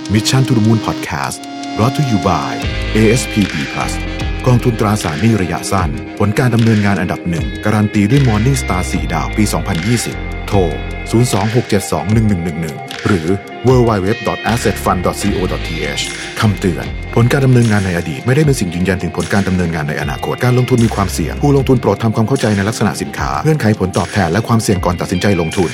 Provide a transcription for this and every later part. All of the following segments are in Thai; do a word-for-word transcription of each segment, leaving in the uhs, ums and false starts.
Mission to the Moon Podcast brought to you by เอ เอส พี บี Plus กองทุนตราสารหนี้ระยะสั้นผลการดำเนินงานอันดับหนึ่งการันตีด้วย Morning Star สี่ดาวปี สองพันยี่สิบ โทร ศูนย์ สอง หก เจ็ด สอง หนึ่ง หนึ่ง หนึ่ง หนึ่ง หรือ ดับเบิลยู ดับเบิลยู ดับเบิลยู ดอท แอสเซทฟันด์ ดอท ซี โอ ดอท ที เอช คำเตือนผลการดำเนินงานในอดีตไม่ได้เป็นสิ่งยืนยันถึงผลการดำเนินงานในอนาคตการลงทุนมีความเสี่ยงผู้ลงทุนโปรดทำความเข้าใจในลักษณะสินค้าเงื่อนไขผลตอบแทนและความเสี่ยงก่อนตัดสินใจลงทุน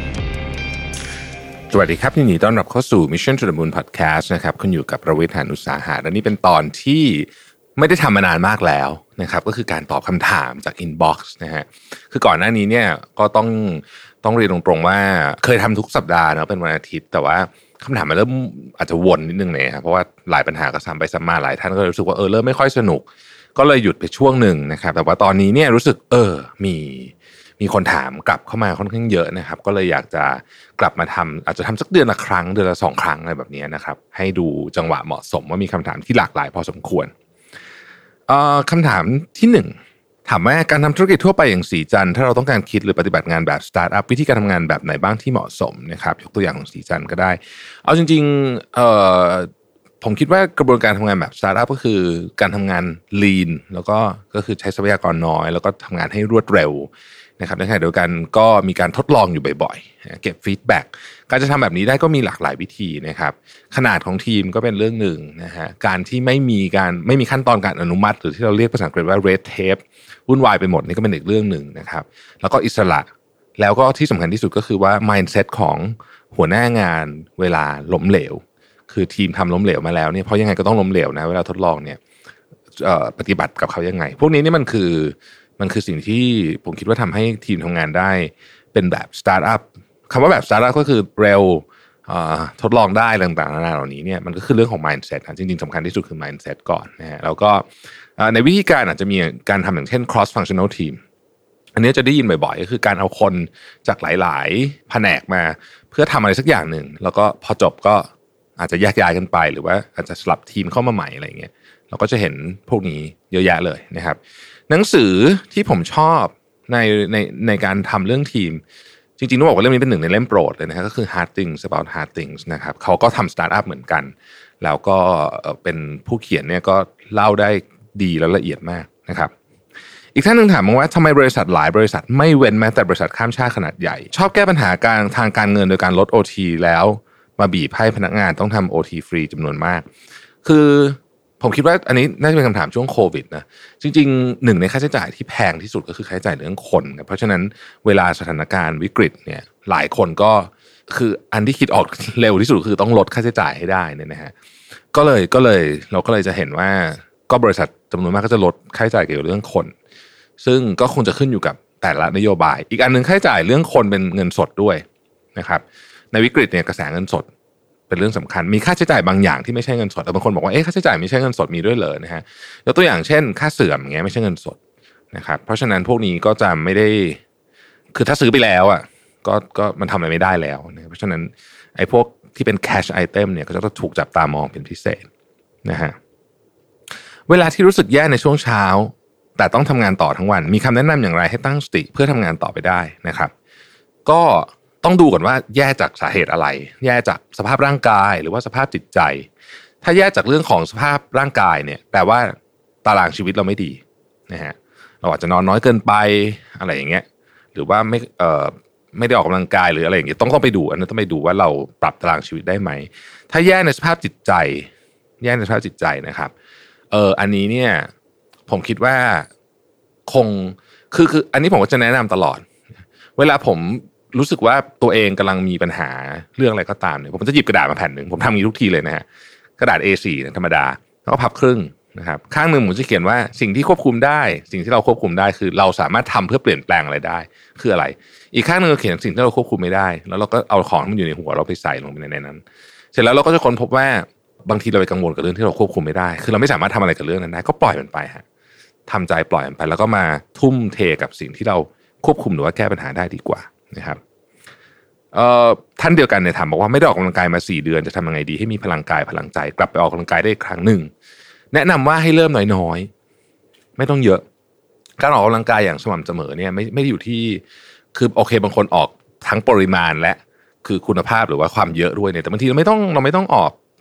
สวัสดีครับยินดีต้อนรับเข้าสู่ Mission to the Moon Podcast นะครับคุณอยู่กับประวิทย์ หาญอุตสาหะและนี่เป็นตอนที่ไม่ได้ทำมานานมากแล้วนะครับก็คือการตอบคำถามจาก inbox นะฮะคือก่อนหน้านี้เนี่ยก็ต้องต้องเรียนตรงๆว่าเคยทำทุกสัปดาห์นะเป็นวันอาทิตย์แต่ว่าคำถามมันเริ่มอาจจะวนนิดนึงเนี่ยเพราะว่าหลายปัญหาก็ซ้ำไปซ้ำมาหลายท่านก็รู้สึกว่าเออเริ่มไม่ค่อยสนุกก็เลยหยุดไปช่วงหนึ่งนะครับแต่ว่าตอนนี้เนี่ยรู้สึกเออมีมีคนถามกลับเข้ามาค่อนข้างเยอะนะครับก็เลยอยากจะกลับมาทำอาจจะทำสักเดือนละครั้งเดือนละสองครั้งอะไรแบบนี้นะครับให้ดูจังหวะเหมาะสมว่ามีคำถามที่หลากหลายพอสมควรเอ่อคำถามที่หนึ่งถามว่าการทำธุรกิจทั่วไปอย่างสีจันทร์ถ้าเราต้องการคิดหรือปฏิบัติงานแบบสตาร์ทอัพวิธีการทำงานแบบไหนบ้างที่เหมาะสมนะครับยกตัวอย่างของสีจันทร์ก็ได้เอาจริงๆเอ่อผมคิดว่ากระบวนการทำงานแบบสตาร์ทอัพก็คือการทำงาน lean แล้วก็ก็คือใช้ทรัพยากรน้อยแล้วก็ทำงานให้รวดเร็วนะครับในขณะเดียวกันก็มีการทดลองอยู่บ่อยๆเก็บฟีดแบ็กการจะทำแบบนี้ได้ก็มีหลากหลายวิธีนะครับขนาดของทีมก็เป็นเรื่องหนึ่งนะฮะการที่ไม่มีการไม่มีขั้นตอนการอนุมัติหรือที่เราเรียกภาษาอังกฤษว่า red tape วุ่นวายไปหมดนี่ก็เป็นอีกเรื่องหนึ่งนะครับแล้วก็อิสระแล้วก็ที่สำคัญที่สุดก็คือว่า mindset ของหัวหน้างานเวลาล้มเหลวคือทีมทำล้มเหลวมาแล้วเนี่ยเพราะยังไงก็ต้องล้มเหลวนะเวลาทดลองเนี่ยปฏิบัติกับเขายังไงพวกนี้นี่มันคือมันคือสิ่งที่ผมคิดว่าทำให้ทีมทำงานได้เป็นแบบสตาร์ทอัพคำว่าแบบสตาร์ทอัพก็คือเร็วทดลองได้ต่างๆนานาเหล่านี้เนี่ยมันก็คือเรื่องของ mindset จริงๆสำคัญที่สุดคือ mindset ก่อนนะฮะแล้วก็ในวิธีการอาจจะมีการทำอย่างเช่น cross functional team อันนี้จะได้ยินบ่อยๆก็คือการเอาคนจากหลายๆแผนกมาเพื่อทำอะไรสักอย่างหนึ่งแล้วก็พอจบก็อาจจะแยกย้ายกันไปหรือว่าอาจจะสลับทีมเข้ามาใหม่อะไรอย่างเงี้ยเราก็จะเห็นพวกนี้เยอะแยะเลยนะครับหนังสือที่ผมชอบในในในการทำเรื่องทีมจริงๆต้องบอกว่าเรื่องนี้เป็นหนึ่งในเล่มโปรดเลยนะฮะก็คือ Hard Things About Hard Things นะครับเขาก็ทำสตาร์ทอัพเหมือนกันแล้วก็เป็นผู้เขียนเนี่ยก็เล่าได้ดีและละเอียดมากนะครับอีกท่านหนึ่งถามมาว่าทำไมบริษัทหลายบริษัทไม่เว้นแม้แต่บริษัทข้ามชาติขนาดใหญ่ชอบแก้ปัญหาการทางการเงินโดยการลด โอ ที แล้วมาบีบให้พนักงานต้องทำ โอ ที ฟรีจำนวนมากคือผมคิดว่าอันนี้น่าจะเป็นคำถามช่วงโควิดนะจริงๆหนึ่งในค่าใช้จ่ายที่แพงที่สุดก็คือค่าใช้จ่ายเรื่องคนเพราะฉะนั้นเวลาสถานการณ์วิกฤตเนี่ยหลายคนก็คืออันที่คิดออกเร็วที่สุดคือต้องลดค่าใช้จ่ายให้ได้เนี่ยนะฮะก็เลยก็เลยเราก็เลยจะเห็นว่าก็บริษัทจำนวนมากก็จะลดค่าใช้จ่ายเกี่ยวกับเรื่องคนซึ่งก็คงจะขึ้นอยู่กับแต่ละนโยบายอีกอันนึงค่าใช้จ่ายเรื่องคนเป็นเงินสดด้วยนะครับในวิกฤตเนี่ยกระแสเงินสดเป็นเรื่องสำคัญมีค่าใช้จ่ายบางอย่างที่ไม่ใช่เงินสดแต่บางคนบอกว่าเอ๊ะค่าใช้จ่ายไม่ใช่เงินสดมีด้วยเหรอนะฮะยกตัวอย่างเช่นค่าเสื่อมอย่างเงี้ยไม่ใช่เงินสดนะครับเพราะฉะนั้นพวกนี้ก็จะไม่ได้คือถ้าซื้อไปแล้วอ่ะก็ก็มันทำอะไรไม่ได้แล้วนะเพราะฉะนั้นไอ้พวกที่เป็น cash item เนี่ยก็จะต้องถูกจับตามองเป็นพิเศษนะฮะเวลาที่รู้สึกแย่ในช่วงเช้าแต่ต้องทำงานต่อทั้งวันมีคำแนะนำอย่างไรให้ตั้งสติเพื่อทำงานต่อไปได้นะครับก็ต้องดูก่อนว่าแย่จากสาเหตุอะไรแย่จากสภาพร่างกายหรือว่าสภาพจิตใจถ้าแย่จากเรื่องของสภาพร่างกายเนี่ยแปลว่าตารางชีวิตเราไม่ดีนะฮะเราอาจจะนอนน้อยเกินไปอะไรอย่างเงี้ยหรือว่าไม่เอ่อไม่ได้ออกกำลังกายหรืออะไรอย่างเงี้ยต้องต้องไปดูอันนั้นต้องไปดูว่าเราปรับตารางชีวิตได้ไหมถ้าแย่ในสภาพจิตใจแย่ในสภาพจิตใจนะครับเอออันนี้เนี่ยผมคิดว่าคงคือคืออันนี้ผมก็จะแนะนำตลอดเวลาผมรู้สึกว่าตัวเองกำลังมีปัญหาเรื่องอะไรก็ตามเนี่ยผมจะหยิบกระดาษมาแผ่นหนึ่งผมทำอย่างนี้ทุกทีเลยนะฮะกระดาษ เอ โฟร์ ธรรมดาแล้วก็พับครึ่งนะครับข้างหนึ่งผมจะเขียนว่าสิ่งที่ควบคุมได้สิ่งที่เราควบคุมได้คือเราสามารถทำเพื่อเปลี่ยนแปลงอะไรได้คืออะไรอีกข้างหนึ่งเราเขียนสิ่งที่เราควบคุมไม่ได้แล้วเราก็เอาของที่มันอยู่ในหัวเราไปใส่ลงไปในนั้นเสร็จแล้วเราก็จะค้นพบว่าบางทีเราไปกังวลกับเรื่องที่เราควบคุมไม่ได้คือเราไม่สามารถทำอะไรกับเรื่องนั้นได้ก็ปล่อยมันไปฮะทำใจปล่อยมันไปแล้วก็มาทุ่มเทกับสิ่งที่เราควบคุมหรือว่าแก้ปัญหาได้ดีกว่านะครับเอ่อท่านเดียวกันเนี่ยถามบอกว่าไม่ได้ออกกำลังกายมาสี่เดือนจะทำยังไงดีให้มีพลังกายพลังใจกลับไปออกกำลังกายได้อีกครั้งหนึ่งแนะนำว่าให้เริ่มน้อยๆไม่ต้องเยอะการออกกำลังกายอย่างสม่ำเสมอเนี่ยไม่ไม่ได้อยู่ที่คือโอเคบางคนออกทั้งปริมาณและคือคุณภาพหรือว่าความเยอะด้วยเนี่ยแต่บางทีเราไม่ต้องเราไม่ต้องออก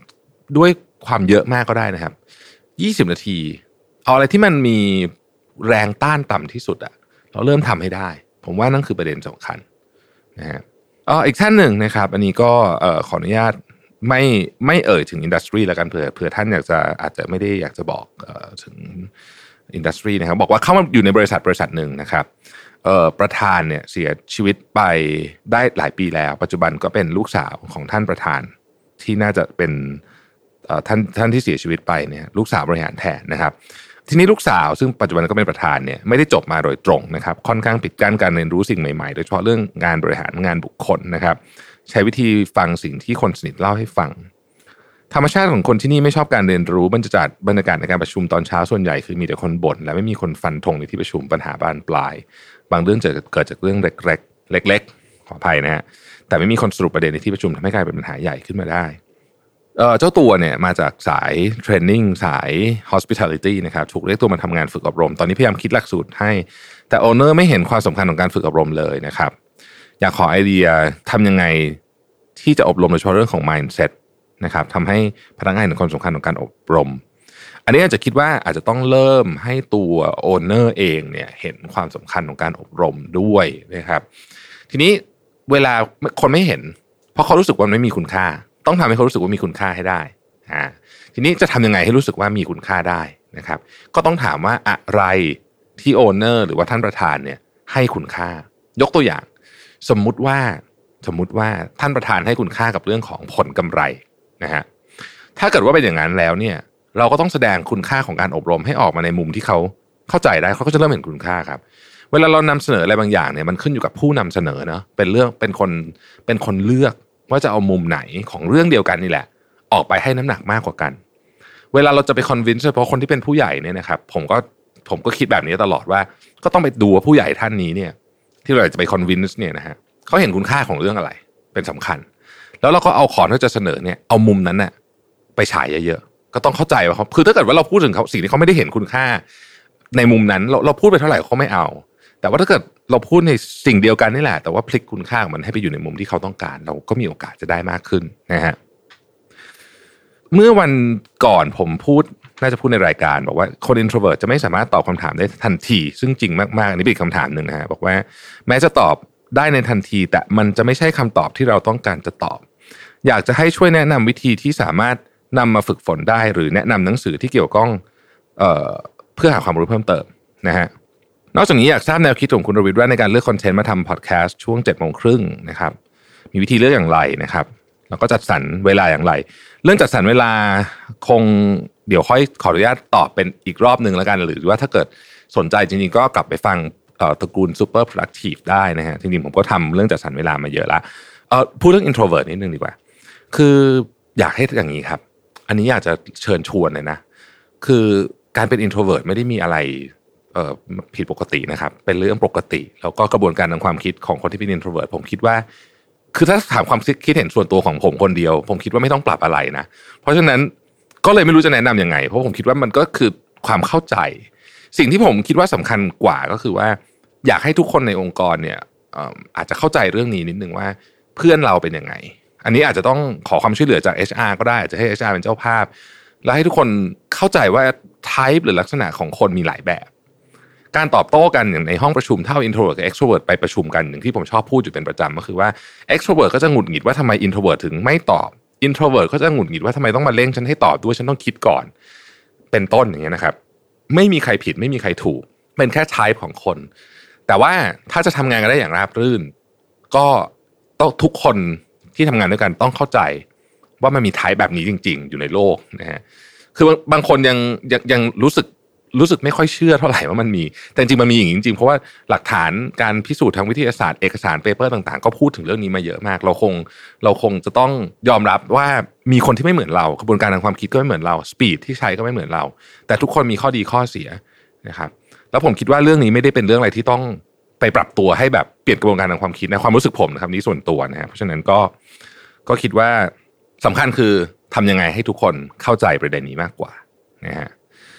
ด้วยความเยอะมากก็ได้นะครับยี่สิบนาทีเอาอะไรที่มันมีแรงต้านต่ำที่สุดอะเราเริ่มทำให้ได้ผมว่านั่นคือประเด็นสำคัญนะฮะอ๋ออีกท่านหนึ่งนะครับอันนี้ก็เอ่อขออนุญาตไม่ไม่เอ่ยถึงอินดัสทรีแล้วกันเผื่อเผื่อท่านอยากจะอาจจะไม่ได้อยากจะบอกเอ่อถึงอินดัสทรีนะครับบอกว่าเข้ามาอยู่ในบริษัทบริษัทหนึ่งนะครับเอ่อประธานเนี่ยเสียชีวิตไปได้หลายปีแล้วปัจจุบันก็เป็นลูกสาวของท่านประธานที่น่าจะเป็นเอ่อท่านท่านที่เสียชีวิตไปเนี่ยลูกสาวบริหารแทนนะครับทีนี้ลูกสาวซึ่งปัจจุบันก็เป็นประธานเนี่ยไม่ได้จบมาโดยตรงนะครับค่อนข้างปิดกั้นการเรียนรู้สิ่งใหม่ๆโดยเฉพาะเรื่องงานบริหารงานบุคคลนะครับใช้วิธีฟังสิ่งที่คนสนิทเล่าให้ฟังธรรมชาติของคนที่นี่ไม่ชอบการเรียนรู้บรรยากาศบรรยากาศในการประชุมตอนเช้าส่วนใหญ่คือมีแต่คนบ่นและไม่มีคนฟันธงในที่ประชุมปัญหาบานปลายบางเรื่องจะเกิดจากเรื่องเล็กๆเล็กๆขออภัยนะฮะแต่ไม่มีคนสรุปประเด็นในที่ประชุมทำให้กลายเป็นปัญหาใหญ่ขึ้นมาได้เอ่อเจ้าตัวเนี่ยมาจากสายเทรนนิ่งสาย hospitality นะครับถูกเรียกตัวมาทำงานฝึกอบรมตอนนี้พยายามคิดหลักสูตรให้แต่โอเนอร์ไม่เห็นความสำคัญของการฝึกอบรมเลยนะครับอยากขอไอเดียทำยังไงที่จะอบรมโดยเฉพาะเรื่องของ mindset นะครับทำให้พนักงานเห็นความสำคัญของการอบรมอันนี้อาจจะคิดว่าอาจจะต้องเริ่มให้ตัวโอเนอร์เองเนี่ยเห็นความสำคัญของการอบรมด้วยนะครับทีนี้เวลาคนไม่เห็นเพราะเขารู้สึกว่ามันไม่มีคุณค่าต้องทำให้เขารู้สึกว่ามีคุณค่าให้ได้อ่าทีนี้จะทำยังไงให้รู้สึกว่ามีคุณค่าได้นะครับก็ต้องถามว่าอะไรที่โอเนอร์หรือว่าท่านประธานเนี่ยให้คุณค่ายกตัวอย่างสมมุติว่าสมมุติว่าท่านประธานให้คุณค่ากับเรื่องของผลกำไรนะฮะถ้าเกิดว่าเป็นอย่างนั้นแล้วเนี่ยเราก็ต้องแสดงคุณค่าของการอบรมให้ออกมาในมุมที่เขาเข้าใจได้เขาก็จะเริ่มเห็นคุณค่าครับเวลาเรานำเสนออะไรบางอย่างเนี่ยมันขึ้นอยู่กับผู้นำเสนอเนาะเป็นเรื่องเป็นคนเป็นคนเลือกว่าจะเอามุมไหนของเรื่องเดียวกันนี่แหละออกไปให้น้ำหนักมากกว่ากันเวลาเราจะไปคอนวินส์เฉพาะคนที่เป็นผู้ใหญ่เนี่ยนะครับผมก็ผมก็คิดแบบนี้ตลอดว่าก็ต้องไปดูว่าผู้ใหญ่ท่านนี้เนี่ยที่เราจะไปคอนวินส์เนี่ยนะฮะเขาเห็นคุณค่าของเรื่องอะไรเป็นสำคัญแล้วเราก็เอาของที่จะเสนอเนี่ยเอามุมนั้นน่ะไปฉายเยอะๆก็ต้องเข้าใจว่าเขาคือถ้าเกิดว่าเราพูดถึงเขาสิ่งที่เขาไม่ได้เห็นคุณค่าในมุมนั้นเราเราพูดไปเท่าไหร่เขาไม่เอาแต่ว่าถ้าเกิดเราพูดในสิ่งเดียวกันนี่แหละแต่ว่าพลิกคุณค่ามันให้ไปอยู่ในมุมที่เขาต้องการเราก็มีโอกาสจะได้มากขึ้นนะฮะเมื่อวันก่อนผมพูดน่าจะพูดในรายการบอกว่าคน introvert จะไม่สามารถตอบคำถามได้ทันทีซึ่งจริงมากๆอันนี้เป็นคำถามหนึ่งนะฮะบอกว่าแม้จะตอบได้ในทันทีแต่มันจะไม่ใช่คำตอบที่เราต้องการจะตอบอยากจะให้ช่วยแนะนำวิธีที่สามารถนำมาฝึกฝนได้หรือแนะนำหนังสือที่เกี่ยวข้องเอ่อเพื่อหาความรู้เพิ่มเติมนะฮะนอกจากนี้อยากทราบแนวคิดของคุณรวิทย์ว่าในการเลือกคอนเทนต์มาทำพอดแคสต์ช่วงเจ็ดโมงครึ่งนะครับมีวิธีเลือกอย่างไรนะครับแล้วก็จัดสรรเวลาอย่างไรเรื่องจัดสรรเวลาคงเดี๋ยวค่อยขออนุญาตตอบเป็นอีกรอบนึงแล้วกันหรือว่าถ้าเกิดสนใจจริงๆก็กลับไปฟังตระกูล Super Productive ได้นะฮะจริงๆผมก็ทำเรื่องจัดสรรเวลามาเยอะละเอ่อพูดเรื่อง introvert นิดนึงดีกว่าคืออยากให้อย่างนี้ครับอันนี้อยากจะเชิญชวนเลยนะคือการเป็น introvert ไม่ได้มีอะไรเอ่อผิดปกตินะครับเป็นเรื่องปกติแล้วก็กระบวนการทางความคิดของคนที่เป็น introvert ผมคิดว่าคือถ้าถามความคิดเห็นส่วนตัวของผมคนเดียวผมคิดว่าไม่ต้องปรับอะไรนะเพราะฉะนั้นก็เลยไม่รู้จะแนะนำยังไงเพราะผมคิดว่ามันก็คือความเข้าใจสิ่งที่ผมคิดว่าสำคัญกว่าก็คือว่าอยากให้ทุกคนในองค์กรเนี่ยอาจจะเข้าใจเรื่องนี้นิดนึงว่าเพื่อนเราเป็นยังไงอันนี้อาจจะต้องขอความช่วยเหลือจาก เอช อาร์ ก็ได้อาจจะให้ เอช อาร์ เป็นเจ้าภาพแล้วให้ทุกคนเข้าใจว่า type หรือลักษณะของคนมีหลายแบบการตอบโต้กันอย่างในห้องประชุมเท่า introvert กับ extrovert ไปประชุมกันอย่างที่ผมชอบพูดอยู่เป็นประจำก็คือว่า extrovert ก็จะหงุดหงิดว่าทำไม introvert ถึงไม่ตอบ introvert ก็จะหงุดหงิดว่าทำไมต้องมาเร่งฉันให้ตอบด้วยฉันต้องคิดก่อนเป็นต้นอย่างเงี้ยนะครับไม่มีใครผิดไม่มีใครถูกเป็นแค่ type ของคนแต่ว่าถ้าจะทำงานกันได้อย่างราบรื่นก็ต้องทุกคนที่ทำงานด้วยกันต้องเข้าใจว่ามันมี type แบบนี้จริงๆอยู่ในโลกนะฮะคือบางคนยังยังยังรู้สึกรู้สึกไม่ค่อยเชื่อเท่าไหร่ว่ามันมีแต่จริงๆมันมีอย่างจริงๆเพราะว่าหลักฐานการพิสูจน์ทางวิทยาศาสตร์เอกสารเปเปอร์ต่างๆก็พูดถึงเรื่องนี้มาเยอะมากเราคงเราคงจะต้องยอมรับว่ามีคนที่ไม่เหมือนเรากระบวนการทางความคิดก็ไม่เหมือนเราสปีดที่ใช้ก็ไม่เหมือนเราแต่ทุกคนมีข้อดีข้อเสียนะครับแล้วผมคิดว่าเรื่องนี้ไม่ได้เป็นเรื่องอะไรที่ต้องไปปรับตัวให้แบบเปลี่ยนกระบวนการทางความคิดในความรู้สึกผมนะครับนี้ส่วนตัวนะฮะเพราะฉะนั้นก็ก็คิดว่าสำคัญคือทำยังไงให้ทุกคนเข้าใจประเด็นนี้มากกว่านะฮะ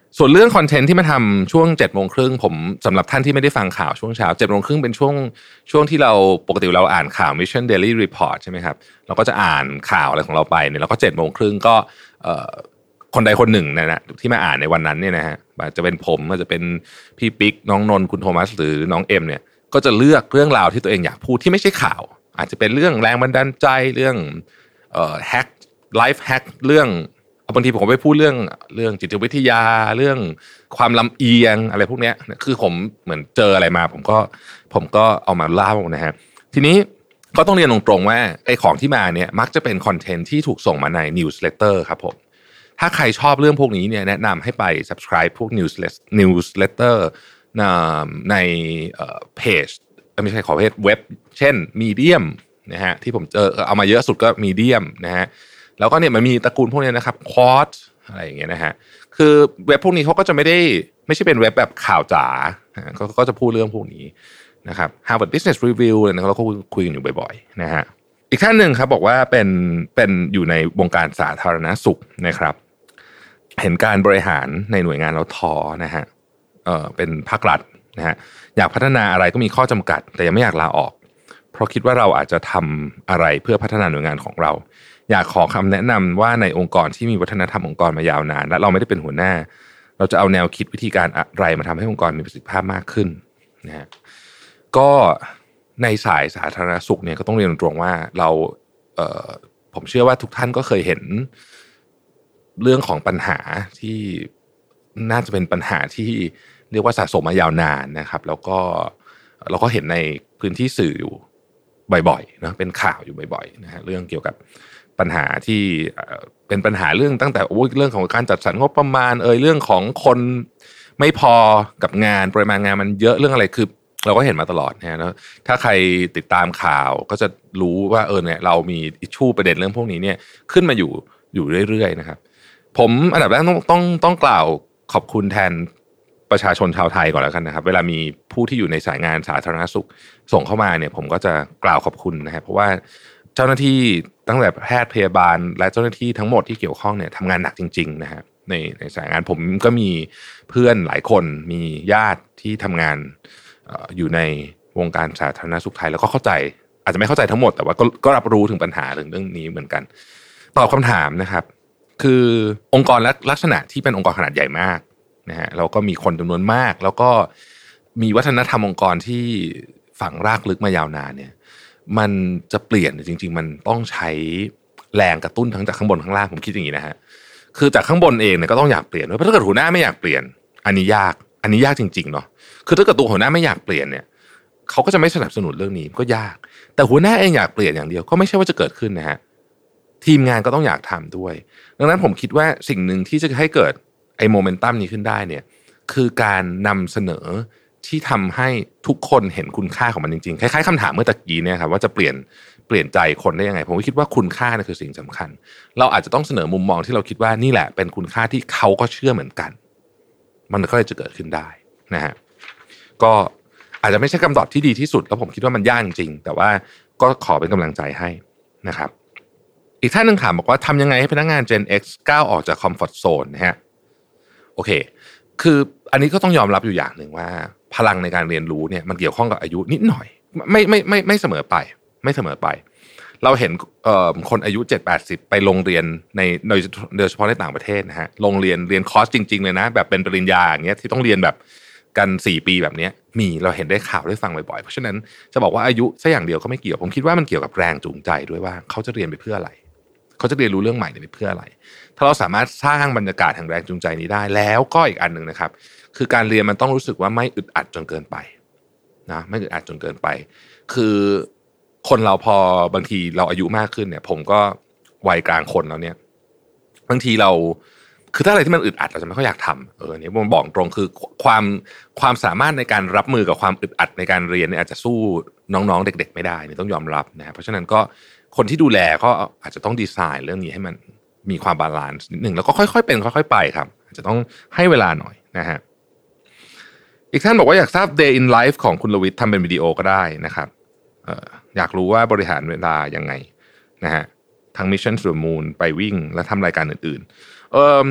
ส่วนเรื่องคอนเทนต์ที่มาทำช่วงเจ็ดโมงครึ่งผมสำหรับท่านที่ไม่ได้ฟังข่าวช่วงเช้าเจ็ดโมงครึ่งเป็นช่วงช่วงที่เราปกติเราอ่านข่าว Mission Daily Report ใช่ไหมครับเราก็จะอ่านข่าวอะไรของเราไปเนี่ยแล้วก็เจ็ดโมงครึ่งก็คนใดคนหนึ่งนะนะที่มาอ่านในวันนั้นเนี่ยนะฮะจะเป็นผมอาจจะเป็นพี่ปิ๊กน้องนนท์คุณโทมัสหรือน้องเอ็มเนี่ยก็จะเลือกเรื่องราวที่ตัวเองอยากพูดที่ไม่ใช่ข่าวอาจจะเป็นเรื่องแรงบันดาลใจเรื่องเอ่อแฮกไลฟ์แฮกเรื่องบางทีผมไปพูดเรื่องเรื่องจิตวิทยาเรื่องความลำเอียงอะไรพวกนี้คือผมเหมือนเจออะไรมาผมก็ผมก็เอามาเล่านะฮะทีนี้ก็ต้องเรียนตรงๆว่าไอ้ของที่มาเนี่ยมักจะเป็นคอนเทนต์ที่ถูกส่งมาในนิวส์เลตเตอร์ครับผมถ้าใครชอบเรื่องพวกนี้เนี่ยแนะนำให้ไป subscribe พวก newsletter ในเพจไม่ใช่ขอเพจเว็บเช่น Medium นะฮะที่ผมเจอเอามาเยอะสุดก็ Medium นะฮะแล้วก็เนี่ยมันมีตระกูลพวกนี้นะครับ Quad อะไรอย่างเงี้ยนะฮะคือเว็บพวกนี้เขาก็จะไม่ได้ไม่ใช่เป็นเว็บแบบข่าวจ๋าเขาก็จะพูดเรื่องพวกนี้นะครับ Harvard Business Review อะไรนะเราก็คุยกันอยู่บ่อยๆนะฮะอีกท่านหนึ่งครับบอกว่าเป็นเป็นอยู่ในวงการสาธารณสุขนะครับเห็นการบริหารในหน่วยงานเราท้อนะฮะเออเป็นภาครัฐนะฮะอยากพัฒนาอะไรก็มีข้อจำกัดแต่ยังไม่อยากลาออกเพราะคิดว่าเราอาจจะทำอะไรเพื่อพัฒนาหน่วยงานของเราอยากขอคำแนะนำว่าในองค์กรที่มีวัฒนธรรมองค์กรมายาวนานและเราไม่ได้เป็นหัวหน้าเราจะเอาแนวคิดวิธีการอะไรมาทำให้องค์กรมีประสิทธิภาพมากขึ้นนะฮะก็ในสายสาธารณสุขเนี่ยก็ต้องเรียนตรงว่าเราเอ่อผมเชื่อว่าทุกท่านก็เคยเห็นเรื่องของปัญหาที่น่าจะเป็นปัญหาที่เรียกว่าสะสมมายาวนานนะครับแล้วก็เราก็เห็นในพื้นที่สื่ออยู่บ่อยๆนะเป็นข่าวอยู่บ่อยๆนะฮะเรื่องเกี่ยวกับปัญหาที่เป็นปัญหาเรื่องตั้งแต่โอ้เรื่องของการจัดสรรงบประมาณเอ่ยเรื่องของคนไม่พอกับงานปริมาณงานมันเยอะเรื่องอะไรคือเราก็เห็นมาตลอดนะแล้วถ้าใครติดตามข่าวก็จะรู้ว่าเออเนี่ยเรามีอิชชูประเด็นเรื่องพวกนี้เนี่ยขึ้นมาอยู่อยู่เรื่อยๆนะครับผมอันดับแรกต้องต้องต้องกล่าวขอบคุณแทนประชาชนชาวไทยก่อนแล้วกันนะครับเวลามีผู้ที่อยู่ในสายงานสาธารณสุขส่งเข้ามาเนี่ยผมก็จะกล่าวขอบคุณนะครับเพราะว่าเจ้าหน้าที่ตั้งแต่แพทย์พยาบาลและเจ้าหน้าที่ทั้งหมดที่เกี่ยวข้องเนี่ยทำงานหนักจริงๆนะฮะในในสายงานผมก็มีเพื่อนหลายคนมีญาติที่ทำงานอยู่ในวงการสาธารณสุขไทยแล้วก็เข้าใจอาจจะไม่เข้าใจทั้งหมดแต่ว่าก็ก็รับรู้ถึงปัญหาเรื่องนี้เหมือนกันตอบคำถามนะครับคือองค์กรและลักษณะที่เป็นองค์กรขนาดใหญ่มากนะฮะเราก็มีคนจำนวนมากแล้วก็มีวัฒนธรรมองค์กรที่ฝังรากลึกมายาวนานเนี่ยมันจะเปลี่ยนจริงๆมันต้องใช้แรงกระตุ้นทั้งจากข้างบนข้างล่างผมคิดอย่างนี้นะฮะคือจากข้างบนเองเนี่ยก็ต้องอยากเปลี่ยนเพราะถ้าเกิดหัวหน้าไม่อยากเปลี่ยนอันนี้ยากอันนี้ยากจริงๆเนาะคือถ้าเกิดตัวหัวหน้าไม่อยากเปลี่ยนเนี่ยเขาก็จะไม่สนับสนุนเรื่องนี้ก็ยากแต่หัวหน้าเองอยากเปลี่ยนอย่างเดียวก็ไม่ใช่ว่าจะเกิดขึ้นนะฮะทีมงานก็ต้องอยากทำด้วยดังนั้นผมคิดว่าสิ่งหนึ่งที่จะให้เกิดไอ้โมเมนตัมนี้ขึ้นได้เนี่ยคือการนำเสนอที่ทำให้ทุกคนเห็นคุณค่าของมันจริงๆคล้ายๆคำถามเมื่อตะกี้เนี่ยครับว่าจะเปลี่ยนเปลี่ยนใจคนได้ยังไงผมคิดว่าคุณค่าเนี่ยคือสิ่งสำคัญเราอาจจะต้องเสนอมุมมองที่เราคิดว่านี่แหละเป็นคุณค่าที่เขาก็เชื่อเหมือนกันมันก็เลยจะเกิดขึ้นได้นะฮะก็อาจจะไม่ใช่คำตอบที่ดีที่สุดแล้วผมคิดว่ามันยากจริงแต่ว่าก็ขอเป็นกำลังใจให้นะครับอีกท่านนึงถามบอกว่าทำยังไงให้พนักงาน Gen X ก้าวออกจากคอมฟอร์ตโซนนะฮะโอเคคืออันนี้ก็ต้องยอมรับอยู่อย่างหนึ่งว่าพลังในการเรียนรู้เนี่ยมันเกี่ยวข้องกับอายุนิดหน่อยไม่ไม่ไม่ไม่เสมอไปไม่เสมอไปเราเห็นเอ่อคนอายุ เจ็ดสิบ แปดสิบ ไปโรงเรียนในโดยโดยเฉพาะในต่างประเทศนะฮะโรงเรียนเรียนคอร์สจริงๆเลยนะแบบเป็นปริญญาอย่างเงี้ยที่ต้องเรียนแบบกันสี่ปีแบบนี้มีเราเห็นได้ข่าวได้ฟังบ่อยๆเพราะฉะนั้นจะบอกว่าอายุแค่อย่างเดียวก็ไม่เกี่ยวผมคิดว่ามันเกี่ยวกับแรงจูงใจด้วยว่าเขาจะเรียนไปเพื่ออะไรเขาจะเรียนรู้เรื่องใหม่ไปเพื่ออะไรถ้าเราสามารถสร้างบรรยากาศแห่งแรงจูงใจนี้ได้แล้วก็อีกอันนึงนะครับคือการเรียนมันต้องรู้สึกว่าไม่อึดอัดจนเกินไปนะไม่อึดอัดจนเกินไปคือคนเราพอบางทีเราอายุมากขึ้นเนี่ยผมก็วัยกลางคนแล้วเนี่ยบางทีเราคือถ้าอะไรที่มันอึดอัดเราจะไม่ค่อยอยากทำเออเนี่ยผมบอกตรงคือความความสามารถในการรับมือกับความอึดอัดในการเรียนเนี่ยอาจจะสู้น้องๆเด็กๆไม่ได้เนี่ยต้องยอมรับนะเพราะฉะนั้นก็คนที่ดูแลก็อาจจะต้องดีไซน์เรื่องนี้ให้มันมีความบาลานซ์นิดหนึ่งแล้วก็ค่อยๆเป็นค่อยๆไปครับอาจจะต้องให้เวลาหน่อยนะฮะอีกท่านบอกว่าอยากทราบ day in life ของคุณลวิทย์ทำเป็นวิดีโอก็ได้นะครับเอ่ออยากรู้ว่าบริหารเวลายังไงนะฮะทั้ง Mission to the Moon ไปวิ่งและทำรายการอื่นๆเอ่อ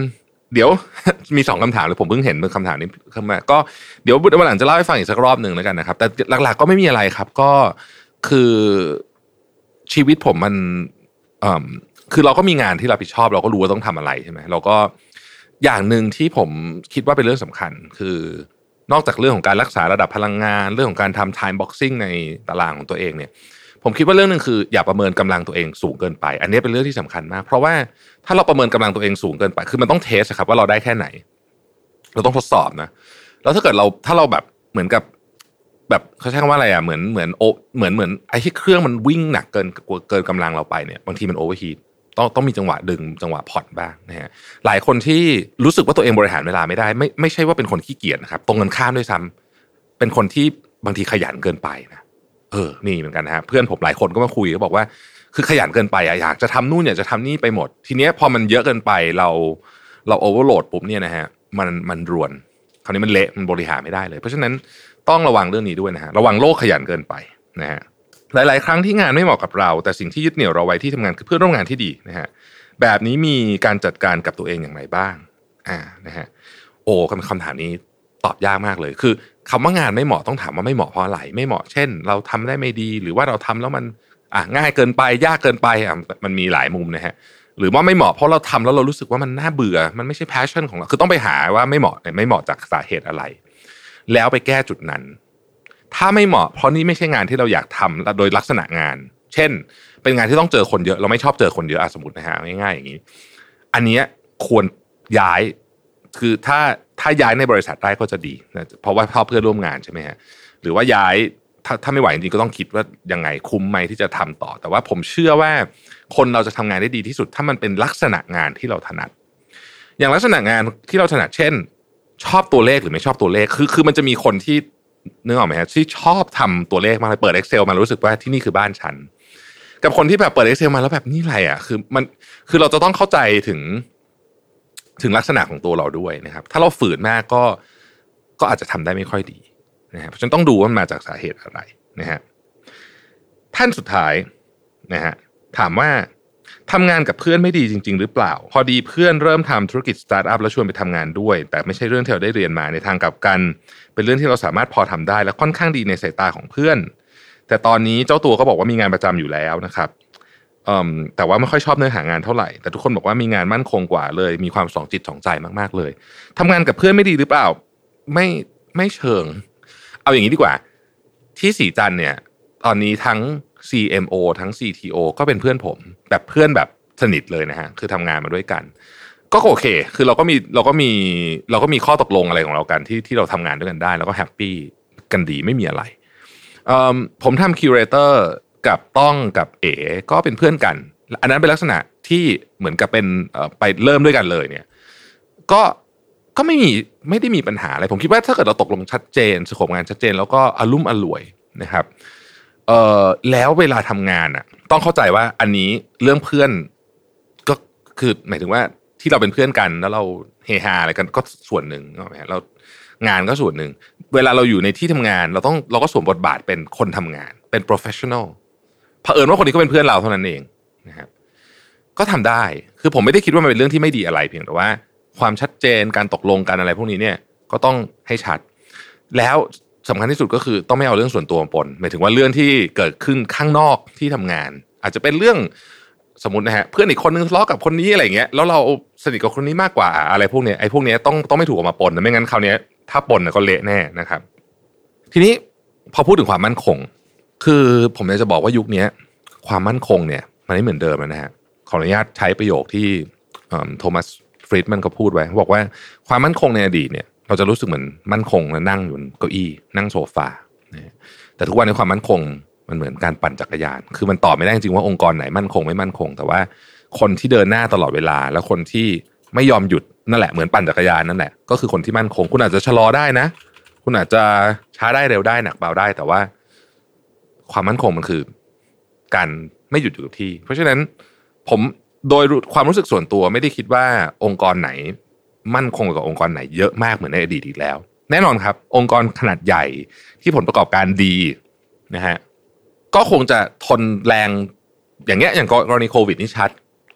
เดี๋ยว มีสองคำถามเลยผมเพิ่งเห็นเป็นคำถามนี้ขึ้นมาก็เดี๋ยววันหลังจะเล่าให้ฟังอีกสักรอบหนึ่งแล้วกันนะครับแต่หลักๆก็ไม่มีอะไรครับก็คือชีวิตผมมันอ่าคือเราก็มีงานที่เรารับผิดชอบเราก็รู้ว่าต้องทำอะไรใช่ไหมเราก็อย่างหนึ่งที่ผมคิดว่าเป็นเรื่องสำคัญคือนอกจากเรื่องของการรักษาระดับพลังงานเรื่องของการทำ time boxing ในตารางของตัวเองเนี่ยผมคิดว่าเรื่องนึงคืออย่าประเมินกำลังตัวเองสูงเกินไปอันนี้เป็นเรื่องที่สำคัญมากเพราะว่าถ้าเราประเมินกำลังตัวเองสูงเกินไปคือมันต้องเทสครับว่าเราได้แค่ไหนเราต้องทดสอบนะแล้วถ้าเกิดเราถ้าเราแบบเหมือนกับแบบเขาใช้คำว่าอะไรอ่ะเหมือนเหมือนโอเหมือนเหมือนไอ้ที่เครื่องมันวิ่งหนักเกินเกินกำลังเราไปเนี่ยบางทีมันโอเวอร์ฮีทต้องต้องมีจังหวะดึงจังหวะผ่อนบ้างนะฮะหลายคนที่รู้สึกว่าตัวเองบริหารเวลาไม่ได้ไม่ไม่ใช่ว่าเป็นคนขี้เกียจนะครับตรงกันข้ามด้วยซ้ำเป็นคนที่บางทีขยันเกินไปนะเออนี่เหมือนกันนะฮะเพื่อนผมหลายคนก็มาคุยก็บอกว่าคือขยันเกินไปอยากจะทำนู่นอยากจะทำนี่ไปหมดทีเนี้ยพอมันเยอะเกินไปเราเราโอเวอร์โหลดปุ๊บเนี่ยนะฮะมันมันรวนคราวนี้มันเละมันบริหารไม่ได้เลยเพราะฉะนั้นต้องระวังเรื่องนี้ด้วยนะฮะระวังโลกขยันเกินไปนะฮะหลายๆครั้งที่งานไม่เหมาะกับเราแต่สิ่งที่ยึดเหนี่ยวเราไว้ที่ทำงานคือเพื่อนร่วมงานที่ดีนะฮะแบบนี้มีการจัดการกับตัวเองอย่างไรบ้างอ่านะฮะโอ้คำคำถามนี้ตอบยากมากเลยคือคำว่างานไม่เหมาะต้องถามว่าไม่เหมาะเพราะอะไรไม่เหมาะเช่นเราทำได้ไม่ดีหรือว่าเราทำแล้วมันอ่ะง่ายเกินไปยากเกินไปอ่ะมันมีหลายมุมนะฮะหรือว่าไม่เหมาะเพราะเราทำแล้วเรารู้สึกว่ามันน่าเบื่อมันไม่ใช่ passion ของเราคือต้องไปหาว่าไม่เหมาะไม่เหมาะจากสาเหตุอะไรแล้วไปแก้จุดนั้นถ้าไม่เหมาะเพราะนี่ไม่ใช่งานที่เราอยากทำโดยลักษณะงานเช่นเป็นงานที่ต้องเจอคนเยอะเราไม่ชอบเจอคนเยอะสมมตินะฮะง่ายๆอย่างนี้อันนี้ควรย้ายคือถ้าถ้าย้ายในบริษัทได้ก็จะดีนะเพราะว่าชอบเพื่อนร่วมงานใช่ไหมฮะหรือว่าย้ายถ้าถ้าไม่ไหวจริงๆก็ต้องคิดว่ายังไงคุ้มไหมที่จะทำต่อแต่ว่าผมเชื่อว่าคนเราจะทำงานได้ดีที่สุดถ้ามันเป็นลักษณะงานที่เราถนัดอย่างลักษณะงานที่เราถนัดเช่นชอบตัวเลขหรือไม่ชอบตัวเลขคือคือมันจะมีคนที่นึกออกไหมฮะที่ชอบทำตัวเลขมาเลยเปิด Excel มารู้สึกว่าที่นี่คือบ้านฉันกับคนที่แบบเปิด Excel มาแล้วแบบนี่อะไรอ่ะคือมันคือเราจะต้องเข้าใจถึงถึงลักษณะของตัวเราด้วยนะครับถ้าเราฝืนมากก็ก็อาจจะทำได้ไม่ค่อยดีนะครับเพราะฉะนั้นต้องดูว่ามันมาจากสาเหตุอะไรนะฮะท่านสุดท้ายนะฮะถามว่าทำงานกับเพื่อนไม่ดีจริงๆหรือเปล่าพอดีเพื่อนเริ่มทำธุรกิจสตาร์ทอัพแล้วชวนไปทำงานด้วยแต่ไม่ใช่เรื่องที่เราได้เรียนมาในทางกลับกันเป็นเรื่องที่เราสามารถพอทำได้และค่อนข้างดีในสายตาของเพื่อนแต่ตอนนี้เจ้าตัวก็บอกว่ามีงานประจำอยู่แล้วนะครับแต่ว่าไม่ค่อยชอบเนื้อหางานเท่าไหร่แต่ทุกคนบอกว่ามีงานมั่นคงกว่าเลยมีความสองจิตสองใจมากๆเลยทำงานกับเพื่อนไม่ดีหรือเปล่าไม่ไม่เชิงเอาอย่างนี้ดีกว่าที่สีจันเนี่ยตอนนี้ทั้ง ซี เอ็ม โอ ทั้ง ซี ที โอ ก็เป็นเพื่อนผมแบบเพื่อนแบบสนิทเลยนะฮะคือทำงานมาด้วยกันก็โอเคคือเราก็มีเราก็มีเราก็มีข้อตกลงอะไรของเรากันที่ที่เราทำงานด้วยกันได้แล้วก็แฮปปี้กันดีไม่มีอะไรผมทำคิวเรเตอร์กับต้องกับเอ๋ก็เป็นเพื่อนกันอันนั้นเป็นลักษณะที่เหมือนกับเป็นไปเริ่มด้วยกันเลยเนี่ยก็ก็ไม่มีไม่ได้มีปัญหาอะไรผมคิดว่าถ้าเกิดเราตกลงชัดเจนสโคปงานชัดเจนแล้วก็อลุ่มอล่วยนะครับเอ่อแล้วเวลาทำงานอ่ะต้องเข้าใจว่าอันนี้เรื่องเพื่อนก็คือหมายถึงว่าที่เราเป็นเพื่อนกันแล้วเราเฮฮาอะไรกันก็ส่วนหนึ่งเรางานก็ส่วนหนึ่งเวลาเราอยู่ในที่ทำงานเราต้องเราก็สวมบทบาทเป็นคนทำงานเป็น professional เผอิญว่าคนนี้ก็เป็นเพื่อนเราเท่านั้นเองนะครับก็ทำได้คือผมไม่ได้คิดว่ามันเป็นเรื่องที่ไม่ดีอะไรเพียงแต่ว่าความชัดเจนการตกลงกันอะไรพวกนี้เนี่ยก็ต้องให้ชัดแล้วสำคัญที่สุดก็คือต้องไม่เอาเรื่องส่วนตัวมาปนหมายถึงว่าเรื่องที่เกิดขึ้นข้างนอกที่ทำงานอาจจะเป็นเรื่องสมมตินะฮะเพื่อนอีกคนนึงทะเลาะกับคนนี้อะไรเงี้ยแล้วเราสนิทกับคนนี้มากกว่าอะไรพวกนี้ไอ้พวกนี้ต้องต้องไม่ถูกออกมาปนนะไม่งั้นคราวนี้ถ้าปนก็เละแน่นะครับทีนี้พอพูดถึงความมั่นคงคือผมอยากจะบอกว่ายุคนี้ความมั่นคงเนี่ยมันไม่เหมือนเดิมนะฮะขออนุญาตใช้ประโยคที่โทมัสฟรีดแมนก็พูดไว้บอกว่าความมั่นคงในอดีตเนี่ยเราจะรู้สึกเหมือนมั่นคงและนั่งอยู่บนเก้าอี้นั่งโซฟาแต่ทุกวันในความมั่นคงมันเหมือนการปั่นจักรยานคือมันตอบไม่ได้จริงว่าองค์กรไหนมั่นคงไม่มั่นคงแต่ว่าคนที่เดินหน้าตลอดเวลาแล้วคนที่ไม่ยอมหยุดนั่นแหละเหมือนปั่นจักรยานนั่นแหละก็คือคนที่มั่นคงคุณอาจจะชะลอได้นะคุณอาจจะช้าได้เร็วได้หนักเบาได้แต่ว่าความมั่นคงมันคือการไม่หยุดอยู่กับที่เพราะฉะนั้นผมโดยความรู้สึกส่วนตัวไม่ได้คิดว่าองค์กรไหนมั่นคงกว่าองค์กรไหนเยอะมากเหมือนในอดีตอีกแล้วแน่นอนครับองค์กรขนาดใหญ่ที่ผลประกอบการดีนะฮะก็คงจะทนแรงอย่างเงี้ยอย่างกรณีโควิดนี่ชัด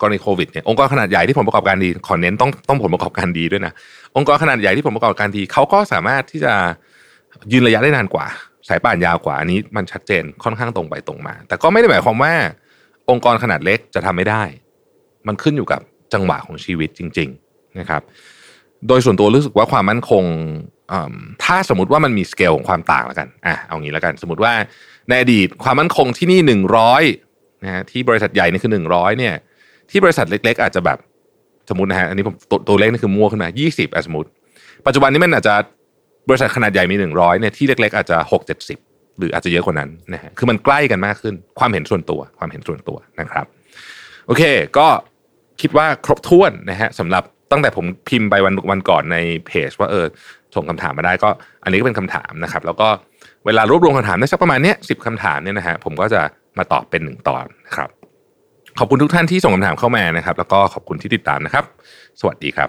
กรณีโควิดเนี่ยองค์กรขนาดใหญ่ที่ผลประกอบการดีขอเน้นต้องต้องผลประกอบการดีด้วยนะองค์กรขนาดใหญ่ที่ผลประกอบการดีเขาก็สามารถที่จะยืนระยะได้นานกว่าสายป่านยาวกว่าอันนี้มันชัดเจนค่อนข้างตรงไปตรงมาแต่ก็ไม่ได้หมายความว่าองค์กรขนาดเล็กจะทำไม่ได้มันขึ้นอยู่กับจังหวะของชีวิตจริงๆนะครับโดยส่วนตัวรู้สึกว่าความมั่นคงถ้าสมมติว่ามันมีสเกลของความต่างแล้วกันอ่ะเอางี้แล้วกันสมมติว่าในอดีตความมั่นคงที่นี่หนึ่งร้อยนะฮะที่บริษัทใหญ่นี่คือหนึ่งร้อยเนี่ยที่บริษัทเล็กๆอาจจะแบบสมมุตินะฮะอันนี้ผมตัวตัวเลขนี่คือมั่วขึ้นมายี่สิบอ่ะสมมุติปัจจุบันนี้มันอาจจะบริษัทขนาดใหญ่มีหนึ่งร้อยเนี่ยที่เล็กๆอาจจะหก เจ็ดสิบหรืออาจจะเยอะกว่านั้นนะฮะคือมันใกล้กันมากขึ้นความเห็นส่วนตัวความเห็นส่วนตัวนะครับโอเคก็คิดว่าครบถ้วนนะฮะสำหรับตั้งแต่ผมพิมพ์ไปวันวันก่อนในเพจว่าเออส่งคำถามมาได้ก็อันนี้ก็เป็นคำถามนะครับแล้วก็เวลารวบรวมคำถามได้สักประมาณเนี้ยสิบคำถามเนี่ยนะฮะผมก็จะมาตอบเป็นหนึ่งตอนนะครับขอบคุณทุกท่านที่ส่งคำถามเข้ามานะครับแล้วก็ขอบคุณที่ติดตามนะครับสวัสดีครับ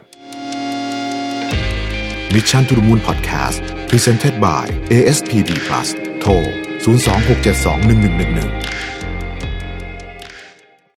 Mission to the Moon Podcast Presented by เอ เอส พี บี Plus โทรศูนย์ สอง หก เจ็ด สอง หนึ่ง หนึ่ง หนึ่ง หนึ่ง